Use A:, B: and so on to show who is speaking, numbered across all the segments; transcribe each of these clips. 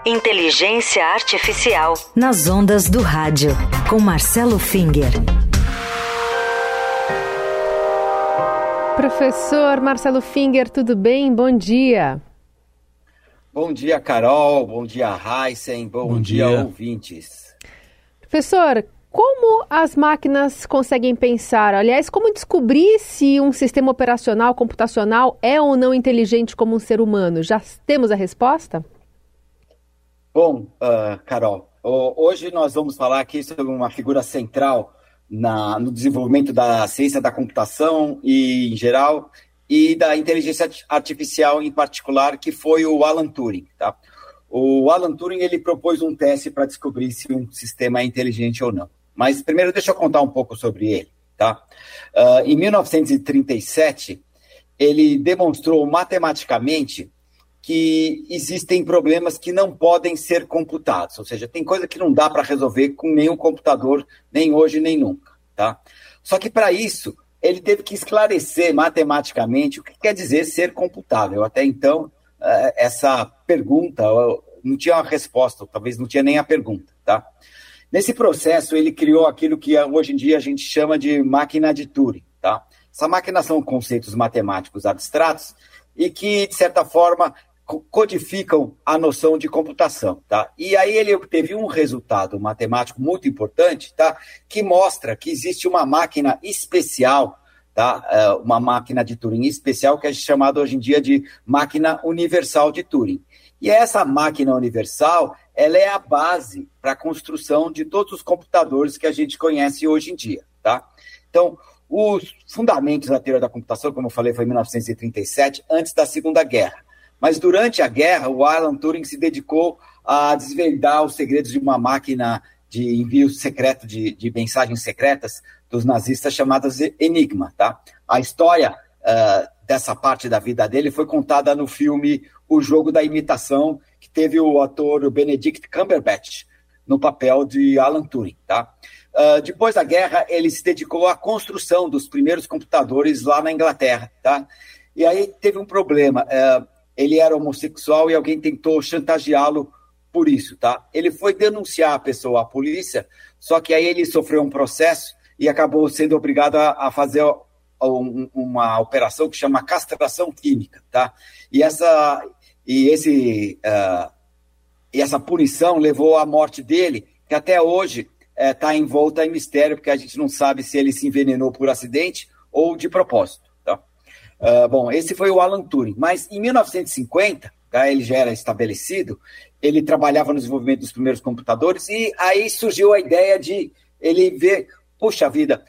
A: Inteligência Artificial. Nas ondas do rádio, com Marcelo Finger.
B: Professor Marcelo Finger, tudo bem? Bom dia.
C: Bom dia, Carol. Bom dia, Heisen. Bom dia, ouvintes.
B: Professor, como as máquinas conseguem pensar? Aliás, como descobrir se um sistema operacional computacional é ou não inteligente como um ser humano? Já temos a resposta?
C: Bom, Carol, hoje nós vamos falar aqui sobre uma figura central no desenvolvimento da ciência da computação e, em geral, e da inteligência artificial em particular, que foi o Alan Turing. Tá? O Alan Turing ele propôs um teste para descobrir se um sistema é inteligente ou não. Mas primeiro deixa eu contar um pouco sobre ele. Tá? Em 1937, ele demonstrou matematicamente que existem problemas que não podem ser computados, ou seja, tem coisa que não dá para resolver com nenhum computador, nem hoje, nem nunca. Tá? Só que para isso, ele teve que esclarecer matematicamente o que quer dizer ser computável. Até então, essa pergunta não tinha uma resposta, talvez não tinha nem a pergunta. Tá? Nesse processo, ele criou aquilo que hoje em dia a gente chama de máquina de Turing. Tá? Essa máquina são conceitos matemáticos abstratos e que, de certa forma, codificam a noção de computação, tá? E aí ele obteve um resultado matemático muito importante, tá? Que mostra que existe uma máquina especial, tá? Uma máquina de Turing especial que é chamada hoje em dia de máquina universal de Turing. E essa máquina universal, ela é a base para a construção de todos os computadores que a gente conhece hoje em dia, tá? Então, os fundamentos da teoria da computação, como eu falei, foi em 1937, antes da Segunda Guerra. Mas durante a guerra, o Alan Turing se dedicou a desvendar os segredos de uma máquina de envio secreto de mensagens secretas dos nazistas chamadas Enigma. Tá? A história dessa parte da vida dele foi contada no filme O Jogo da Imitação, que teve o ator Benedict Cumberbatch no papel de Alan Turing. Tá? Depois da guerra, ele se dedicou à construção dos primeiros computadores lá na Inglaterra. Tá? E aí teve um problema. Ele era homossexual e alguém tentou chantageá-lo por isso, tá? Ele foi denunciar a pessoa à polícia, só que aí ele sofreu um processo e acabou sendo obrigado a fazer uma operação que chama castração química, tá? E essa punição levou à morte dele, que até hoje está envolta em mistério, porque a gente não sabe se ele se envenenou por acidente ou de propósito. Bom, esse foi o Alan Turing, mas em 1950, ele já era estabelecido, ele trabalhava no desenvolvimento dos primeiros computadores e aí surgiu a ideia de ele ver, puxa vida,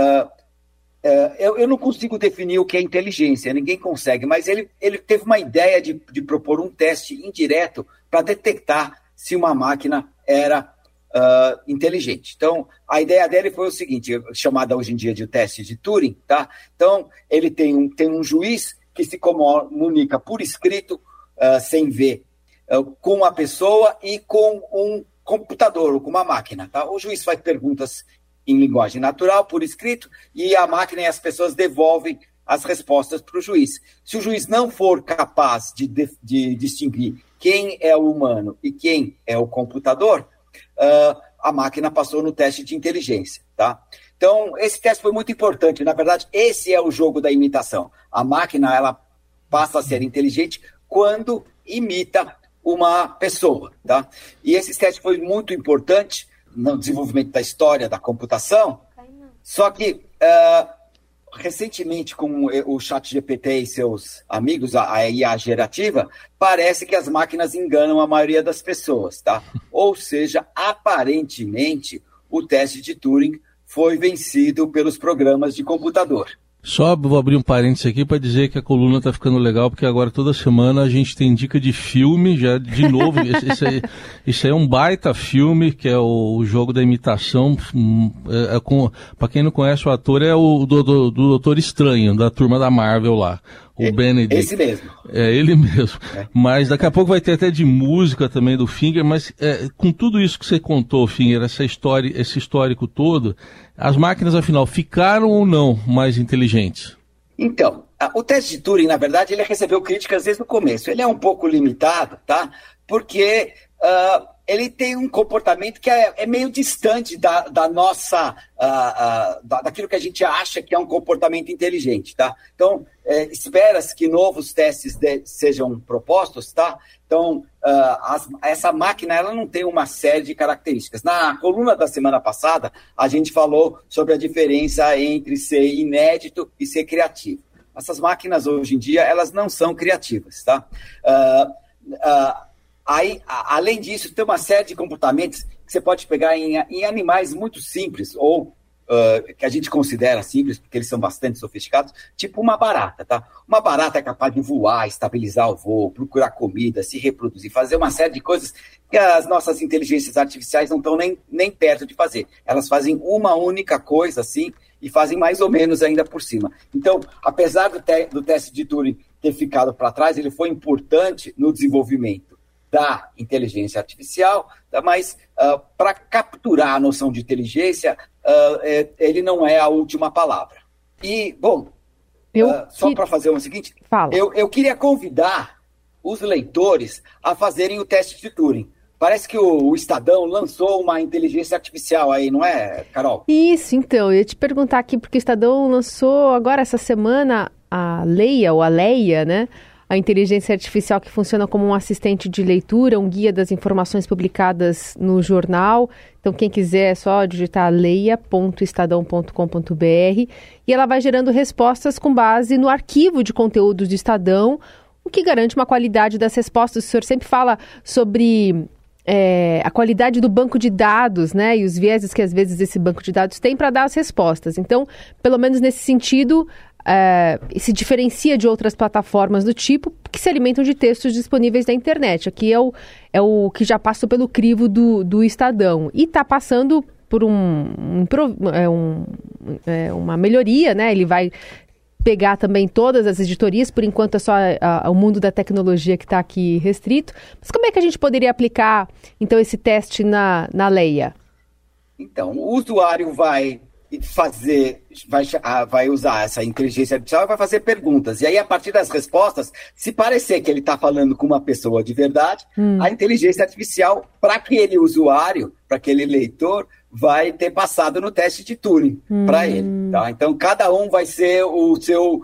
C: eu não consigo definir o que é inteligência, ninguém consegue, mas ele teve uma ideia de propor um teste indireto para detectar se uma máquina era inteligente. Então, a ideia dele foi o seguinte, chamada hoje em dia de teste de Turing, tá? Então, ele tem um juiz que se comunica por escrito, sem ver, com a pessoa e com um computador, ou com uma máquina, tá? O juiz faz perguntas em linguagem natural, por escrito, e a máquina e as pessoas devolvem as respostas para o juiz. Se o juiz não for capaz de distinguir quem é o humano e quem é o computador, a máquina passou no teste de inteligência, tá? Então, esse teste foi muito importante. Na verdade, esse é o jogo da imitação. A máquina, ela passa a ser inteligente quando imita uma pessoa, tá? E esse teste foi muito importante no desenvolvimento da história da computação, só que recentemente, com o ChatGPT e seus amigos, a IA gerativa, parece que as máquinas enganam a maioria das pessoas, tá? Ou seja, aparentemente, o teste de Turing foi vencido pelos programas de computador.
D: Só vou abrir um parênteses aqui para dizer que a coluna está ficando legal, porque agora toda semana a gente tem dica de filme, já de novo, isso aí é um baita filme, que é o Jogo da Imitação, para quem não conhece o ator, é o do Doutor Estranho, da turma da Marvel lá, o Benedict.
C: Esse mesmo.
D: É ele mesmo, mas daqui a pouco vai ter até de música também do Finger, mas com tudo isso que você contou, Finger, esse histórico todo, as máquinas, afinal, ficaram ou não mais inteligentes?
C: Então, O teste de Turing, na verdade, ele recebeu críticas desde o começo. Ele é um pouco limitado, tá? Porque ele tem um comportamento que é meio distante da nossa, daquilo que a gente acha que é um comportamento inteligente, tá? Então, espera-se que novos testes sejam propostos, tá? Então, essa máquina, ela não tem uma série de características. Na coluna da semana passada, a gente falou sobre a diferença entre ser inédito e ser criativo. Essas máquinas, hoje em dia, elas não são criativas, tá? Aí, além disso, tem uma série de comportamentos que você pode pegar em animais muito simples, ou que a gente considera simples, porque eles são bastante sofisticados, tipo uma barata, tá? Uma barata é capaz de voar, estabilizar o voo, procurar comida, se reproduzir, fazer uma série de coisas que as nossas inteligências artificiais não estão nem perto de fazer. Elas fazem uma única coisa, assim, e fazem mais ou menos ainda por cima. Então, apesar do teste de Turing ter ficado para trás, ele foi importante no desenvolvimento da inteligência artificial, mas para capturar a noção de inteligência, ele não é a última palavra. E, bom, só para fazer o seguinte, eu queria convidar os leitores a fazerem o teste de Turing. Parece que o Estadão lançou uma inteligência artificial aí, não é, Carol?
B: Isso, então, eu ia te perguntar aqui, porque o Estadão lançou agora essa semana a Leia, ou a Leia, né? A inteligência artificial que funciona como um assistente de leitura, um guia das informações publicadas no jornal. Então, quem quiser é só digitar leia.estadão.com.br e ela vai gerando respostas com base no arquivo de conteúdos do Estadão, o que garante uma qualidade das respostas. O senhor sempre fala sobre a qualidade do banco de dados, né? E os vieses que às vezes esse banco de dados tem para dar as respostas. Então, pelo menos nesse sentido, se diferencia de outras plataformas do tipo que se alimentam de textos disponíveis na internet. Aqui é o que já passou pelo crivo do Estadão e está passando por uma melhoria, né? Ele vai pegar também todas as editorias, por enquanto é só o mundo da tecnologia que está aqui restrito. Mas como é que a gente poderia aplicar, então, esse teste na Leia?
C: Então, o usuário vai usar essa inteligência artificial e vai fazer perguntas. E aí, a partir das respostas, se parecer que ele está falando com uma pessoa de verdade, a inteligência artificial, para aquele usuário, para aquele leitor, vai ter passado no teste de Turing para ele. Tá? Então, cada um vai ser o seu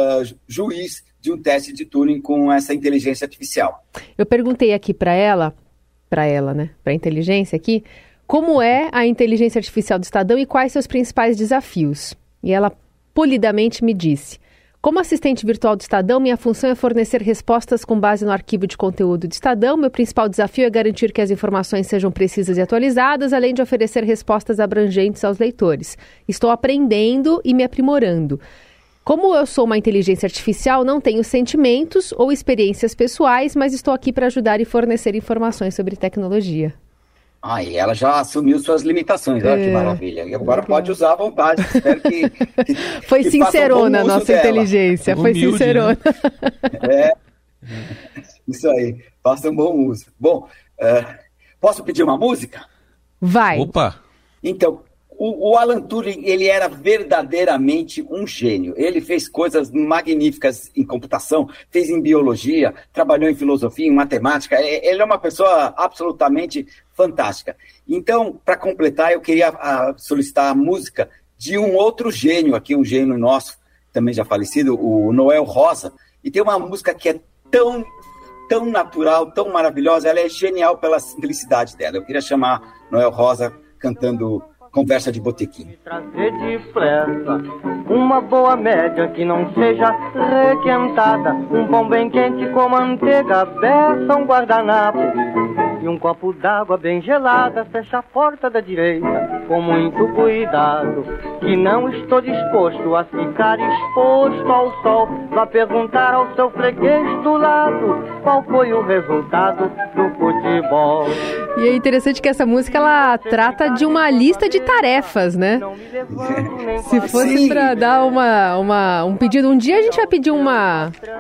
C: juiz de um teste de Turing com essa inteligência artificial.
B: Eu perguntei aqui para ela, né, para a inteligência aqui, como é a inteligência artificial do Estadão e quais seus principais desafios. E ela polidamente me disse: como assistente virtual do Estadão, minha função é fornecer respostas com base no arquivo de conteúdo do Estadão. Meu principal desafio é garantir que as informações sejam precisas e atualizadas, além de oferecer respostas abrangentes aos leitores. Estou aprendendo e me aprimorando. Como eu sou uma inteligência artificial, não tenho sentimentos ou experiências pessoais, mas estou aqui para ajudar e fornecer informações sobre tecnologia.
C: E ela já assumiu suas limitações, olha que maravilha. E agora pode usar à vontade. Espero que
B: foi sincerona a nossa inteligência, foi
D: humilde,
B: sincerona.
C: Né? Isso aí, faça um bom uso. Bom, posso pedir uma música?
B: Vai.
D: Opa!
C: Então, o Alan Turing, ele era verdadeiramente um gênio. Ele fez coisas magníficas em computação, fez em biologia, trabalhou em filosofia, em matemática. Ele é uma pessoa absolutamente fantástica. Então, para completar, eu queria solicitar a música de um outro gênio aqui, um gênio nosso, também já falecido, o Noel Rosa. E tem uma música que é tão natural, tão maravilhosa, ela é genial pela simplicidade dela. Eu queria chamar Noel Rosa cantando Conversa de Botequim.
E: Trazer depressa uma boa média que não seja requentada, um pão bem quente com manteiga, beça, um guardanapo e um copo d'água bem gelada. Fecha a porta da direita com muito cuidado, que não estou disposto a ficar exposto ao sol. Vá perguntar ao seu freguês do lado qual foi o resultado do futebol.
B: E é interessante que essa música, ela trata de uma lista de tarefas, né? Se fosse para dar um pedido, um dia a gente vai pedir uma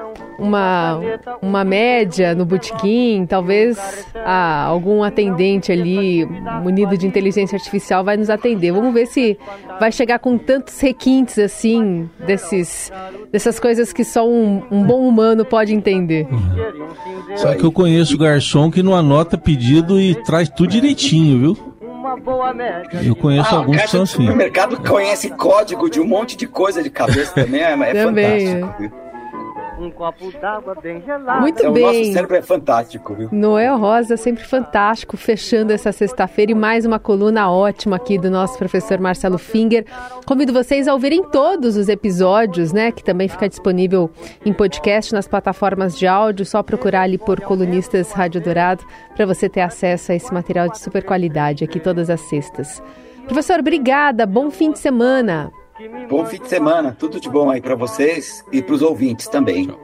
B: uma média no botequim, talvez algum atendente ali munido de inteligência artificial vai nos atender. Vamos ver se vai chegar com tantos requintes assim, dessas coisas que só um bom humano pode entender.
D: Só que eu conheço garçom que não anota pedido e traz tudo direitinho, viu? Eu conheço alguns que são assim.
C: O mercado conhece código de um monte de coisa de cabeça também, é
B: também,
C: fantástico.
E: Um copo d'água bem gelado.
B: Muito bem.
C: O nosso cérebro é fantástico, viu?
B: Noel Rosa, sempre fantástico, fechando essa sexta-feira e mais uma coluna ótima aqui do nosso professor Marcelo Finger. Convido vocês a ouvirem todos os episódios, né, que também fica disponível em podcast nas plataformas de áudio, só procurar ali por Colunistas Rádio Dourado para você ter acesso a esse material de super qualidade aqui todas as sextas. Professor, obrigada, bom fim de semana.
C: Bom fim de semana, tudo de bom aí para vocês e para os ouvintes também.